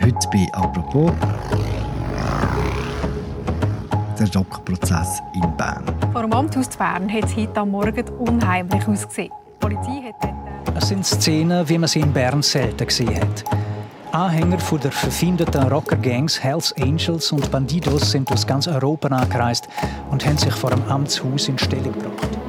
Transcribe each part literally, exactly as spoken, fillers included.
Heute bei «Apropos» der Rocker-Prozess in Bern. Vor dem Amtshaus zu Bern hat es heute am Morgen unheimlich ausgesehen. Die Polizei hat dort... Es sind Szenen, wie man sie in Bern selten gesehen hat. Anhänger von der verfeindeten Rocker-Gangs Hells Angels und Bandidos sind aus ganz Europa angereist und haben sich vor dem Amtshaus in Stellung gebracht.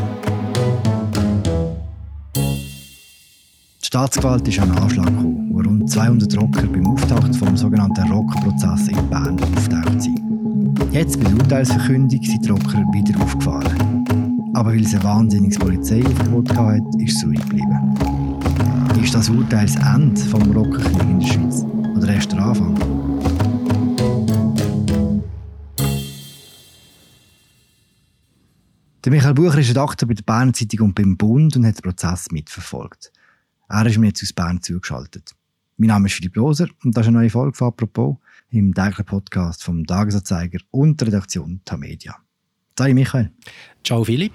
Die Staatsgewalt ist an einen Anschlag gekommen, wo rund zweihundert Rocker beim Auftakt vom sogenannten Rocker-Prozess in Bern auftaucht sind. Jetzt bei der Urteilsverkündung sind die Rocker wieder aufgefahren. Aber weil es ein wahnsinniges Polizeiaufgebot hatte, ist es ruhig geblieben. Ist das Urteil das Ende des Rockerkriegs in der Schweiz? Oder erst der Anfang? Der Michael Bucher ist Redakteur bei der Berner Zeitung und beim Bund und hat den Prozess mitverfolgt. Er ist mir jetzt aus Bern zugeschaltet. Mein Name ist Philipp Loser und das ist eine neue Folge von «Apropos» im täglichen Podcast vom «Tagesanzeiger» und der Redaktion Tamedia. Hallo Michael. Ciao Philipp.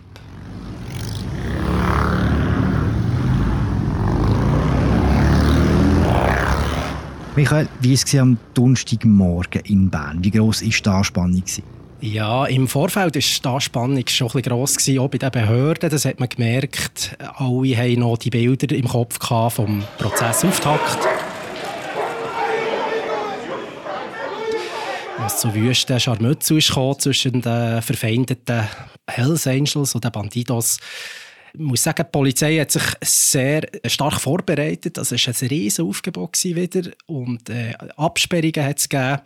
Michael, wie war es am Donnerstagmorgen in Bern? Wie gross war die Anspannung? Ja, im Vorfeld war die Anspannung schon ein bisschen gross, auch bei den Behörden. Das hat man gemerkt. Alle hatten noch die Bilder im Kopf vom Prozessauftakt. Was zu wüsten Scharmützel kam zwischen den verfeindeten Hells Angels und den Bandidos. Ich muss sagen, die Polizei hat sich sehr stark vorbereitet. Es war ein riesiges Aufgebot wieder und äh, Absperrungen hat es gegeben.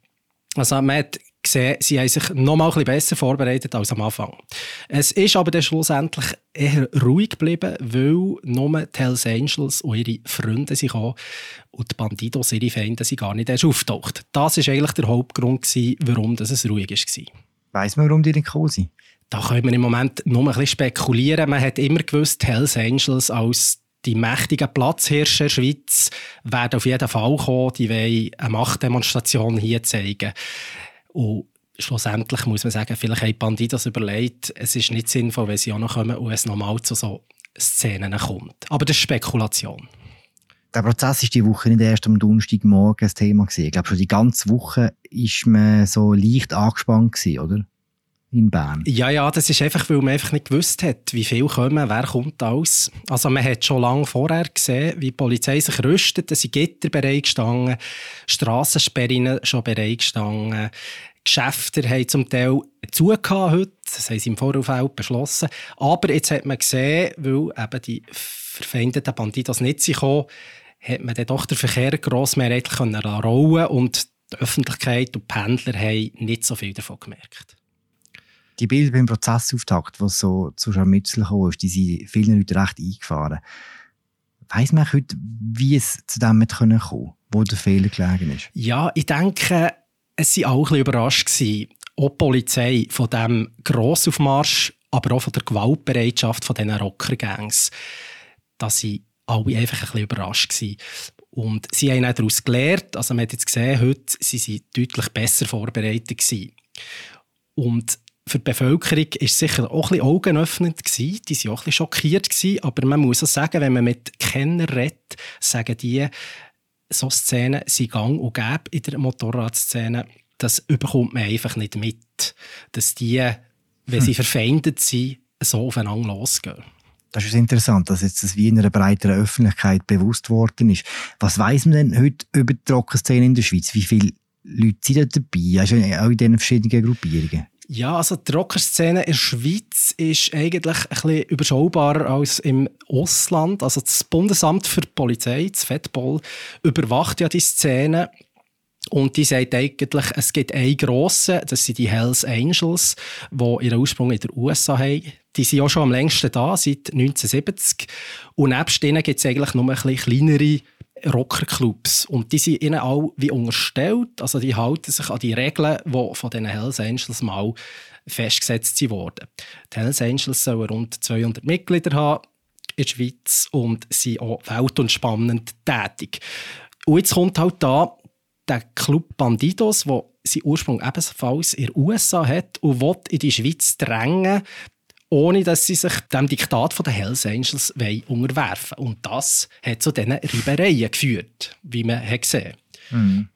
Also man hat gesehen, sie haben sich noch mal ein bisschen besser vorbereitet als am Anfang. Es ist aber dann schlussendlich eher ruhig geblieben, weil nur die Hells Angels und ihre Freunde sind gekommen und die Bandidos, ihre Feinde, sind gar nicht erst auftaucht. Das war eigentlich der Hauptgrund, warum es ruhig war. Weiss man, warum die nicht gekommen sind? Da können wir im Moment nur ein bisschen spekulieren. Man hat immer gewusst, die Hells Angels als die mächtigen Platzhirscher der Schweiz werden auf jeden Fall kommen. Die wollen eine Machtdemonstration hier zeigen. Und schlussendlich muss man sagen, vielleicht haben die Bandidos überlegt, es ist nicht sinnvoll, wenn sie auch noch kommen und es nochmal zu so Szenen kommt. Aber das ist Spekulation. Der Prozess war diese Woche nicht erst am Donnerstagmorgen ein Thema. Ich glaube, schon die ganze Woche war man so leicht angespannt, oder? In Bern. Ja, ja, das ist einfach, weil man einfach nicht gewusst hat, wie viel kommen, wer kommt alles. Also man hat schon lange vorher gesehen, wie die Polizei sich rüstet, es sind Gitter bereitgestanden, Strassensperren schon bereitgestanden, Geschäfte haben zum Teil zugehört heute, das haben sie im Vorfeld beschlossen. Aber jetzt hat man gesehen, weil eben die verfeindeten Bandidos nicht gekommen sind, hat man dann doch den Verkehr grossmehrheitlich rollen und die Öffentlichkeit und die Pendler haben nicht so viel davon gemerkt. Die Bilder beim Prozessauftakt, die so zu Scharmützeln kamen, die sind vielen Leuten recht eingefahren. Weiss man heute, wie es zu dem kommen konnte, wo der Fehler gelegen ist? Ja, ich denke, es waren auch ein bisschen überrascht gewesen. Auch die Polizei von diesem Grossaufmarsch, aber auch von der Gewaltbereitschaft von diesen Rockergangs. Da waren alle einfach ein bisschen überrascht gewesen. Und sie haben auch daraus gelernt. Also man hat jetzt gesehen, heute sie sind deutlich besser vorbereitet gewesen. Und für die Bevölkerung war es sicher auch ein bisschen augenöffnend gewesen. Die waren auch ein bisschen schockiert gewesen. Aber man muss auch sagen, wenn man mit Kennern redet, sagen die, so Szenen sind gang und gäbe in der Motorradszene. Das bekommt man einfach nicht mit. Dass die, wenn sie hm. verfeindet sind, so aufeinander losgehen. Das ist interessant, dass jetzt das wie in einer breiteren Öffentlichkeit bewusst worden ist. Was weiss man denn heute über die Rockerszene in der Schweiz? Wie viele Leute sind da dabei? Also auch in diesen verschiedenen Gruppierungen? Ja, also die Rockerszene in der Schweiz ist eigentlich ein bisschen überschaubarer als im Ausland. Also das Bundesamt für die Polizei, das Fedpol, überwacht ja die Szene. Und die sagt eigentlich, es gibt einen grossen, das sind die Hells Angels, die ihren Ursprung in den U S A haben. Die sind auch schon am längsten da, seit neunzehnhundertsiebzig. Und nebst denen gibt es eigentlich nur ein bisschen kleinere Rockerclubs. Und die sind ihnen auch wie unterstellt. Also die halten sich an die Regeln, die von den Hells Angels mal festgesetzt wurden. Die Hells Angels sollen rund zweihundert Mitglieder haben in der Schweiz und sind auch weltumspannend tätig. Und jetzt kommt halt da der Club Bandidos, der seinen Ursprung ebenfalls in den U S A hat und will in die Schweiz drängen, ohne dass sie sich dem Diktat der Hells Angels unterwerfen wollen. Und das hat zu diesen Reibereien geführt, wie man hat gesehen. Mhm.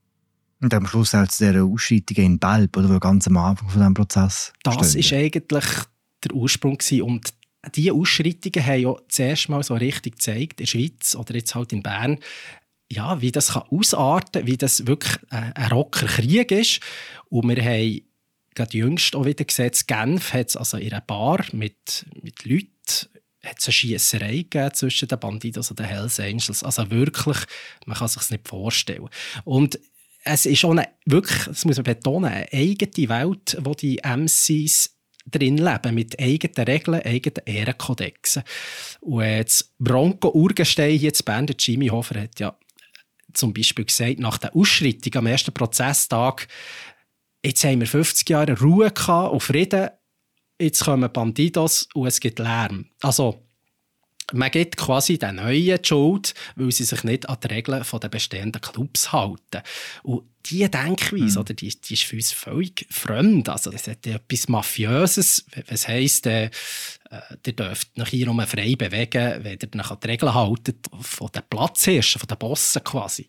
Und am Schluss auch zu dieser Ausschreitung in Belp, oder, wo ganz am Anfang von diesem Prozess Das war stehen. eigentlich der Ursprung gewesen. Und diese Ausschreitungen haben ja zuerst mal so richtig gezeigt, in der Schweiz oder jetzt halt in Bern, ja, wie das kann ausarten kann, wie das wirklich ein Rockerkrieg ist. Und wir haben gerade jüngst auch wieder gesehen, in Genf hat es also in einer Bar mit, mit Leuten hat es eine Schiesserei gegeben zwischen den Bandidos und den Hells Angels. Also wirklich, man kann es sich nicht vorstellen. Und es ist auch eine, wirklich, das muss man betonen, eine eigene Welt, wo die M Cs drin leben, mit eigenen Regeln, eigenen Ehrenkodexen. Und das Bronco-Urgestein hier in Bern, der Jimmy Hofer, hat ja zum Beispiel gesagt, nach der Ausschreitung am ersten Prozesstag, jetzt haben wir fünfzig Jahre Ruhe gehabt und Frieden, jetzt kommen Bandidos und es gibt Lärm. Also, man gibt quasi den Neuen die Schuld, weil sie sich nicht an die Regeln der bestehenden Clubs halten. Und diese Denkweise, mhm. oder, die, die ist für uns völlig fremd. Also, es hat etwas Mafiöses. Was heisst, äh, ihr dürft euch hier nur frei bewegen, wenn ihr euch an die Regeln haltet, von den Platzhirschen, von den Bossen quasi.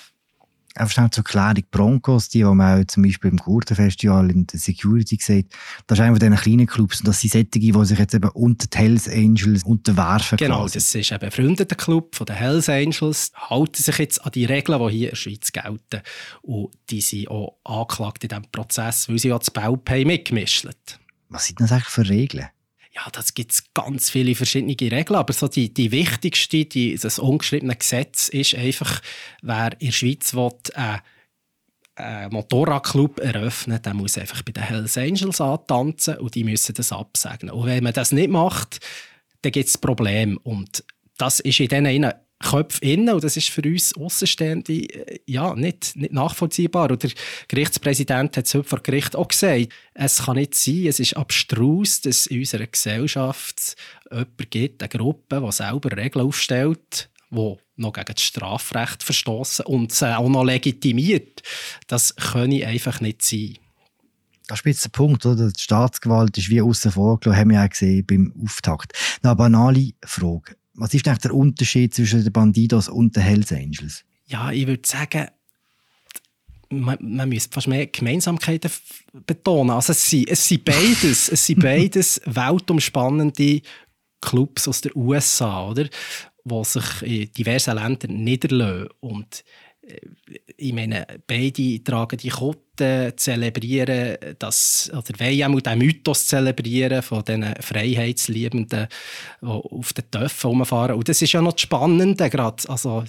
Einfach schnell zur Klärung, Broncos, die, die man auch zum Beispiel im Gurtenfestival in der Security sieht, das ist einer von diesen kleinen Clubs und das sind solche, die sich jetzt eben unter die Hells Angels unterwerfen. Genau, quasi. Das ist eben ein befreundeter Club von den Hells Angels, halten sich jetzt an die Regeln, die hier in der Schweiz gelten. Und die sind auch angeklagt in diesem Prozess, weil sie auch das Belp mitgemischt haben. Was sind das eigentlich für Regeln? Ja, das gibt es ganz viele verschiedene Regeln, aber so die, die wichtigste, die, das ungeschriebene Gesetz ist einfach, wer in der Schweiz will, äh, einen Motorradclub eröffnen, der muss einfach bei den Hells Angels antanzen und die müssen das absegnen. Und wenn man das nicht macht, dann gibt es Probleme. Und das ist in diesen Köpfen innen und das ist für uns Aussenstehende ja, nicht, nicht nachvollziehbar. Und der Gerichtspräsident hat es heute vor Gericht auch gesagt, es kann nicht sein, es ist abstrus, dass es in unserer Gesellschaft jemanden gibt, eine Gruppe, die selber Regeln aufstellt, die noch gegen das Strafrecht verstoßen und sie auch noch legitimiert. Das könne einfach nicht sein. Das ist jetzt der Punkt, oder? Die Staatsgewalt ist wie aussen vor gelassen, haben wir auch gesehen beim Auftakt. Eine banale Frage. Was ist eigentlich der Unterschied zwischen den Bandidos und den Hells Angels? Ja, ich würde sagen, man, man müsste fast mehr Gemeinsamkeiten betonen. Also es sind, es sind beides, es sind beides weltumspannende Clubs aus den U S A, oder? Die sich in diversen Ländern niederlassen. Und ich meine, beide tragen die Kutte, zelebrieren das, oder wollen auch den Mythos zelebrieren von diesen Freiheitsliebenden, die auf den Töpfen rumfahren. Und das ist ja noch das Spannende gerade. Also,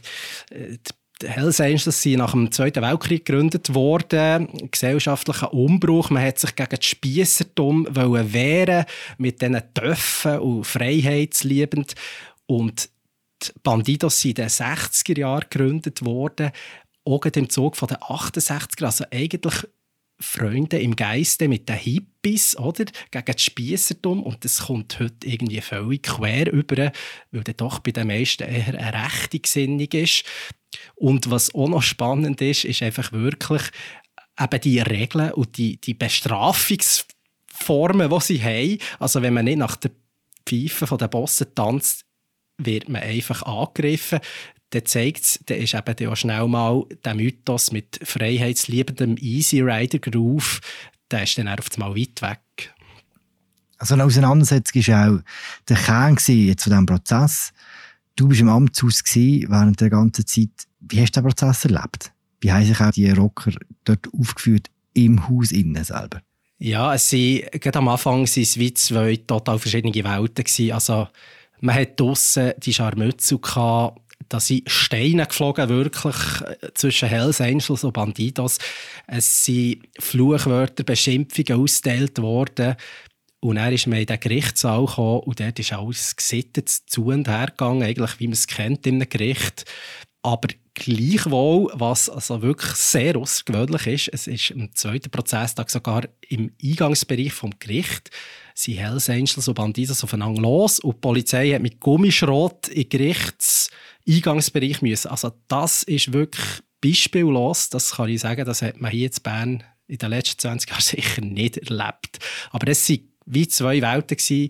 die Hells Angels sind nach dem Zweiten Weltkrieg gegründet worden, gesellschaftlicher Umbruch. Man hat sich gegen das Spiessertum wehren mit diesen Töpfen und freiheitsliebend. Und die Bandidos sind in den sechziger Jahren gegründet worden, auch im Zug von den achtundsechziger. Also eigentlich Freunde im Geiste mit den Hippies, oder? Gegen das Spiessertum. Und das kommt heute irgendwie völlig quer über, weil der doch bei den meisten eher eine rechte Gesinnung ist. Und was auch noch spannend ist, ist einfach wirklich eben die Regeln und die, die Bestrafungsformen, die sie haben. Also wenn man nicht nach der Pfeife der Bossen tanzt, wird man einfach angegriffen. Dann zeigt es, dann ist eben auch schnell mal der Mythos mit freiheitsliebendem Easy Rider Groove, der ist dann auf einmal weit weg. Also eine Auseinandersetzung war auch der Kern jetzt von diesem Prozess. Du warst im Amtshaus während der ganzen Zeit. Wie hast du den Prozess erlebt? Wie haben sich auch die Rocker dort aufgeführt, im Haus innen selber? Ja, es sind, gerade am Anfang waren es wie zwei total verschiedene Welten. Also, man hatte draussen die Scharmützel, da sind Steine geflogen, wirklich, zwischen Hells Angels und Bandidos. Es sind Fluchwörter, Beschimpfungen ausgeteilt worden. Und dann ist man in den Gerichtssaal gekommen und dort ist alles gesittet zu und her gegangen, eigentlich wie man es kennt in einem Gericht. Aber gleichwohl, was also wirklich sehr außergewöhnlich ist, es ist am zweiten Prozesstag sogar im Eingangsbereich vom Gericht sind Hells Angels und Bandidos aufeinander los und die Polizei hat mit Gummischrot in den Gerichtseingangsbereich müssen. Also das ist wirklich beispiellos, das kann ich sagen, das hat man hier in Bern in den letzten zwanzig Jahren sicher nicht erlebt. Aber es waren wie zwei Welten gewesen.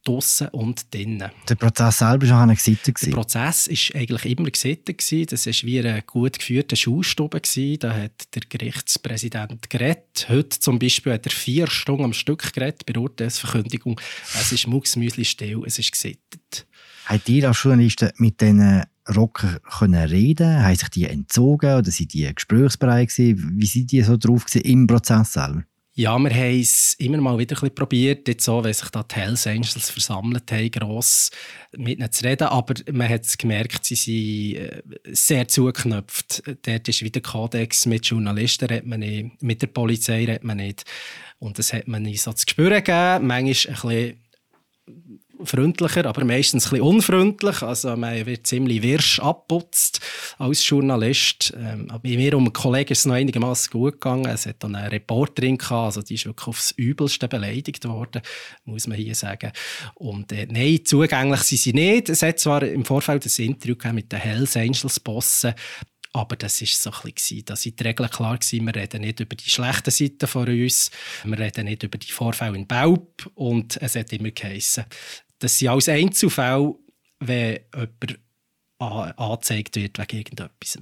draussen und drinnen. Der Prozess selber war schon gesittet? Der Prozess war eigentlich immer gesittet. Das war wie eine gut geführte Schulstube. Da hat der Gerichtspräsident geredet. Heute zum Beispiel hat er vier Stunden am Stück geredet bei der Urteilsverkündigung. Es ist mucksmüsli still, es ist gesittet. Habt ihr als Journalisten mit diesen Rockern können reden? Haben sich die entzogen oder sind die gesprächsbereit gewesen? Wie sind die so drauf gewesen im Prozess selber? Ja, wir haben es immer mal wieder ein bisschen probiert, jetzt so, wenn sich da die Hells Angels versammelt haben, gross mit ihnen zu reden. Aber man hat es gemerkt, sie sind sehr zugeknöpft. Dort ist wieder Kodex, mit Journalisten redet man nicht, mit der Polizei redet man nicht. Und das hat man nicht so zu spüren gegeben. Manchmal ein bisschen freundlicher, aber meistens ein bisschen unfreundlich. Also man wird ziemlich wirsch abputzt als Journalist. Ähm, bei mir und einem Kollegen ist es noch einigermaßen gut gegangen. Es hat dann eine Reporterin gehabt, also die ist wirklich aufs Übelste beleidigt worden, muss man hier sagen. Und äh, nein, zugänglich sind sie nicht. Es hat zwar im Vorfeld ein Interview mit den Hells Angels Bossen, aber das war so ein bisschen, da sind die Regeln klar gewesen. Wir reden nicht über die schlechten Seiten von uns, wir reden nicht über die Vorfälle in Belp und es hat immer geheissen, dass sie als Einzelfall, wenn jemand angezeigt wird wegen irgendetwas.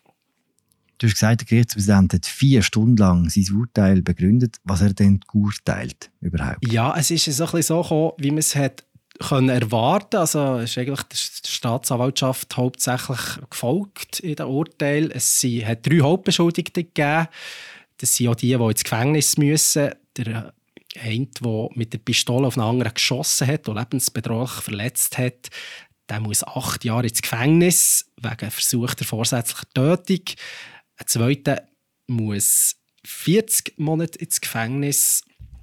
Du hast gesagt, der Gerichtspräsident hat vier Stunden lang sein Urteil begründet. Was er denn geurteilt überhaupt? Ja, es ist so ein bisschen so gekommen, wie man es hat können erwarten. Also es ist eigentlich der Staatsanwaltschaft hauptsächlich gefolgt in den Urteilen. Es hat drei Hauptbeschuldigte gegeben. Das sind auch die, die ins Gefängnis müssen. Der eine, der mit der Pistole auf einen anderen geschossen hat und lebensbedrohlich verletzt hat, der muss acht Jahre ins Gefängnis wegen versuchter vorsätzlicher Tötung. Ein zweiter muss vierzig Monate ins Gefängnis.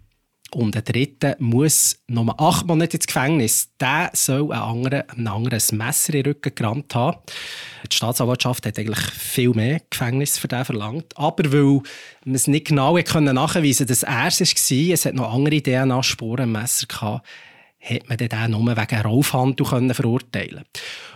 Und ein dritter muss nur acht Monate ins Gefängnis. Der soll einen anderen, einen anderen ein Messer in den Rücken gerammt haben. Die Staatsanwaltschaft hat eigentlich viel mehr Gefängnis für den verlangt. Aber weil man es nicht genau nachweisen konnte, dass er es war, es hat noch andere D N A-Spuren im Messer gehabt, hat man den nur wegen Raufhandel verurteilen.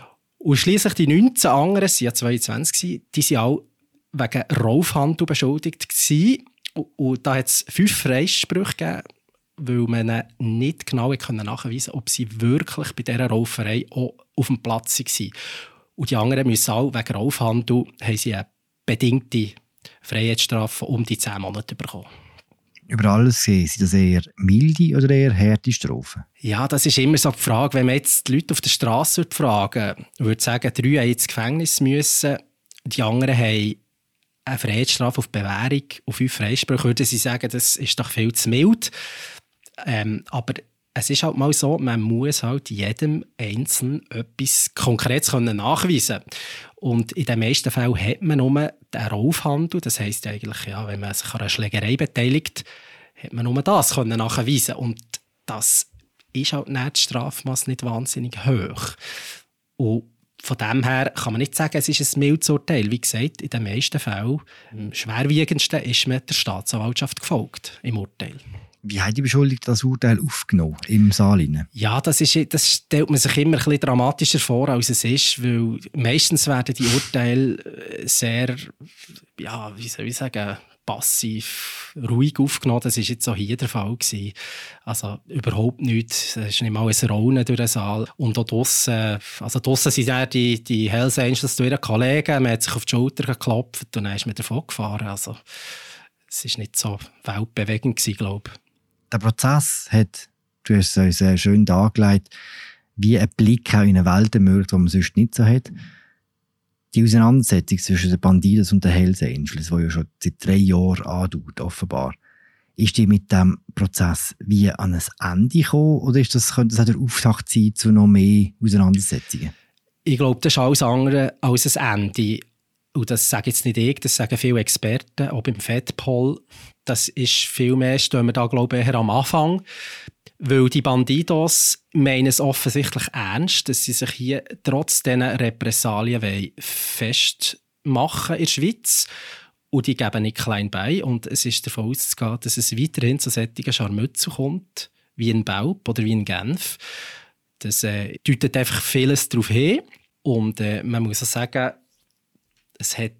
Und schliesslich die neunzehn anderen, es waren ja zweiundzwanzig, die waren auch wegen Raufhandel beschuldigt gewesen. Und da hat es fünf Freisprüche gegeben, weil man nicht genau nachweisen konnte, ob sie wirklich bei dieser Rauferei auch auf dem Platz waren. Und die anderen müssen auch wegen Raufhandel haben sie eine bedingte Freiheitsstrafe um die zehn Monate bekommen. Über alles gesehen, sind das eher milde oder eher harte Strafen? Ja, das ist immer so die Frage. Wenn man jetzt die Leute auf der Straße fragen würde, sagen, drei haben ins Gefängnis müssen, die anderen haben eine Freiheitsstrafe auf Bewährung und fünf Freisprüche, würden sie sagen, das ist doch viel zu mild. Ähm, aber es ist halt mal so, man muss halt jedem Einzelnen etwas Konkretes nachweisen können. Und in den meisten Fällen hat man nur den Raufhandel. Das heisst eigentlich, ja, wenn man sich an einer Schlägerei beteiligt, hat man nur das können nachweisen. Und das ist halt nicht die Strafmasse nicht wahnsinnig hoch. Und von dem her kann man nicht sagen, es ist ein mildes Urteil. Wie gesagt, in den meisten Fällen, am schwerwiegendsten, ist man der Staatsanwaltschaft gefolgt im Urteil. Wie haben die Beschuldigten das Urteil aufgenommen im Saal? Ja, das, ist, das stellt man sich immer ein bisschen dramatischer vor, als es ist, weil meistens werden die Urteile sehr, ja, wie soll ich sagen, passiv, ruhig aufgenommen. Das war jetzt auch hier der Fall gewesen. Also überhaupt nichts. Es ist nicht mal ein Raunen durch den Saal. Und auch draussen, also draussen sind dann die, die Hells Angels zu ihren Kollegen. Man hat sich auf die Schulter geklopft und dann ist man davon gefahren. Also es war nicht so weltbewegend gewesen, glaube ich. Der Prozess hat, du hast es uns sehr schön dargelegt, wie ein Blick auch in eine Welt ermöglicht, die man sonst nicht so hat. Die Auseinandersetzung zwischen den Bandidos und den Hells Angels, die ja schon seit drei Jahren andauert, offenbar, ist die mit diesem Prozess wie an ein Ende gekommen oder ist das, könnte das auch der Auftakt sein zu noch mehr Auseinandersetzungen? Ich glaube, das ist alles andere als ein Ende. Und das sage jetzt nicht ich, das sagen viele Experten, auch beim Fedpol. Das ist viel mehr, stehen wir da, glaube ich, eher am Anfang. Weil die Bandidos meinen es offensichtlich ernst, dass sie sich hier trotz dieser Repressalien festmachen in der Schweiz. Und die geben nicht klein bei. Und es ist davon auszugehen, dass es weiterhin zu solchen Scharmützeln kommt, wie in Belp oder wie in Genf. Das äh, deutet einfach vieles darauf hin. Und äh, man muss auch sagen, es hat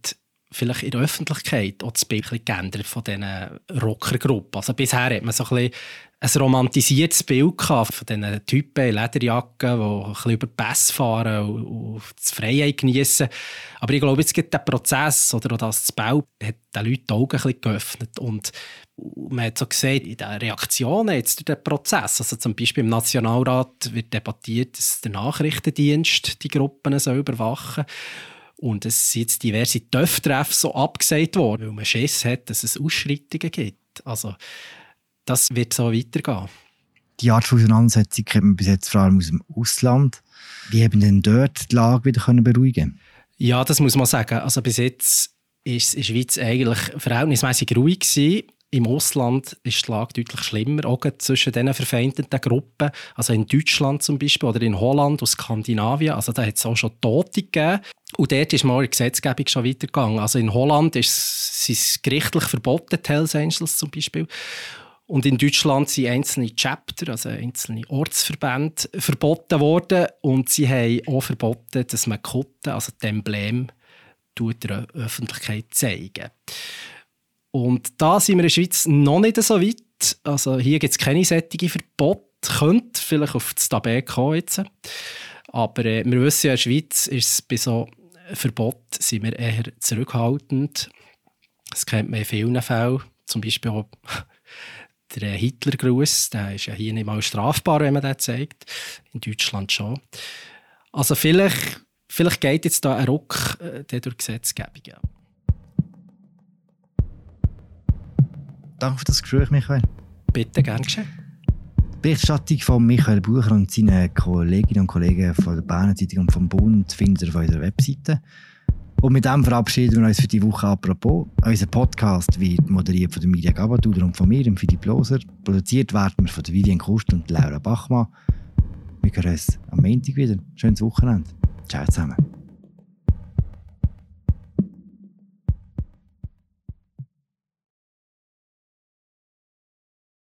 vielleicht in der Öffentlichkeit auch das Bild ein bisschen geändert von diesen Rockergruppen. Also bisher hat man so ein bisschen ein romantisiertes Bild gehabt von diesen Typen in Lederjacken, die ein bisschen über die Pässe fahren und die Freiheit genießen. Aber ich glaube, jetzt gibt der Prozess oder auch das Bau hat den Leuten die Augen ein bisschen geöffnet. Und man hat so gesehen, in den Reaktionen jetzt durch den Prozess, also zum Beispiel im Nationalrat wird debattiert, dass der Nachrichtendienst die Gruppen soll überwachen soll. Und es sind jetzt diverse T Ö F-Treffen so abgesagt worden, weil man Schiss hat, dass es Ausschreitungen gibt. Also das wird so weitergehen. Die Art von Auseinandersetzung kennt man bis jetzt vor allem aus dem Ausland. Wie haben denn dort die Lage wieder beruhigen? Ja, das muss man sagen. Also bis jetzt war die Schweiz eigentlich verhältnismäßig ruhig gewesen. Im Ausland ist die Lage deutlich schlimmer, auch zwischen diesen verfeindeten Gruppen. Also in Deutschland zum Beispiel oder in Holland und Skandinavien. Also da hat es auch schon Tote gegeben. Und dort ist mal die Gesetzgebung schon weitergegangen. Also in Holland ist, sind es gerichtlich verboten, die Hells Angels zum Beispiel. Und in Deutschland sind einzelne Chapter, also einzelne Ortsverbände, verboten worden. Und sie haben auch verboten, dass man Kutten, also das Emblem, der Öffentlichkeit zeigen. Und da sind wir in der Schweiz noch nicht so weit. Also hier gibt es keine solche Verbote. Könnte vielleicht auf das Tabak kommen jetzt. Aber äh, wir wissen ja, in der Schweiz ist es bei so Verbot sind wir eher zurückhaltend. Das kennt man in vielen Fällen. Zum Beispiel auch der Hitlergruß, der ist ja hier nicht mal strafbar, wenn man den zeigt. In Deutschland schon. Also vielleicht, vielleicht geht jetzt da ein Ruck äh, durch die Gesetzgebung. Ja. Danke für das Gespräch, Michael. Bitte, gern geschehen. Die Berichterstattung von Michael Bucher und seinen Kolleginnen und Kollegen von der Berner Zeitung und vom Bund findet ihr auf unserer Webseite. Und mit dem verabschieden wir uns für die Woche. Apropos, unser Podcast wird moderiert von der Mirja Gabatuder und von mir, dem Philipp Loser. Produziert werden wir von der Vivian Kust und Laura Bachmann. Wir hören uns am Montag wieder. Schönes Wochenende. Ciao zusammen.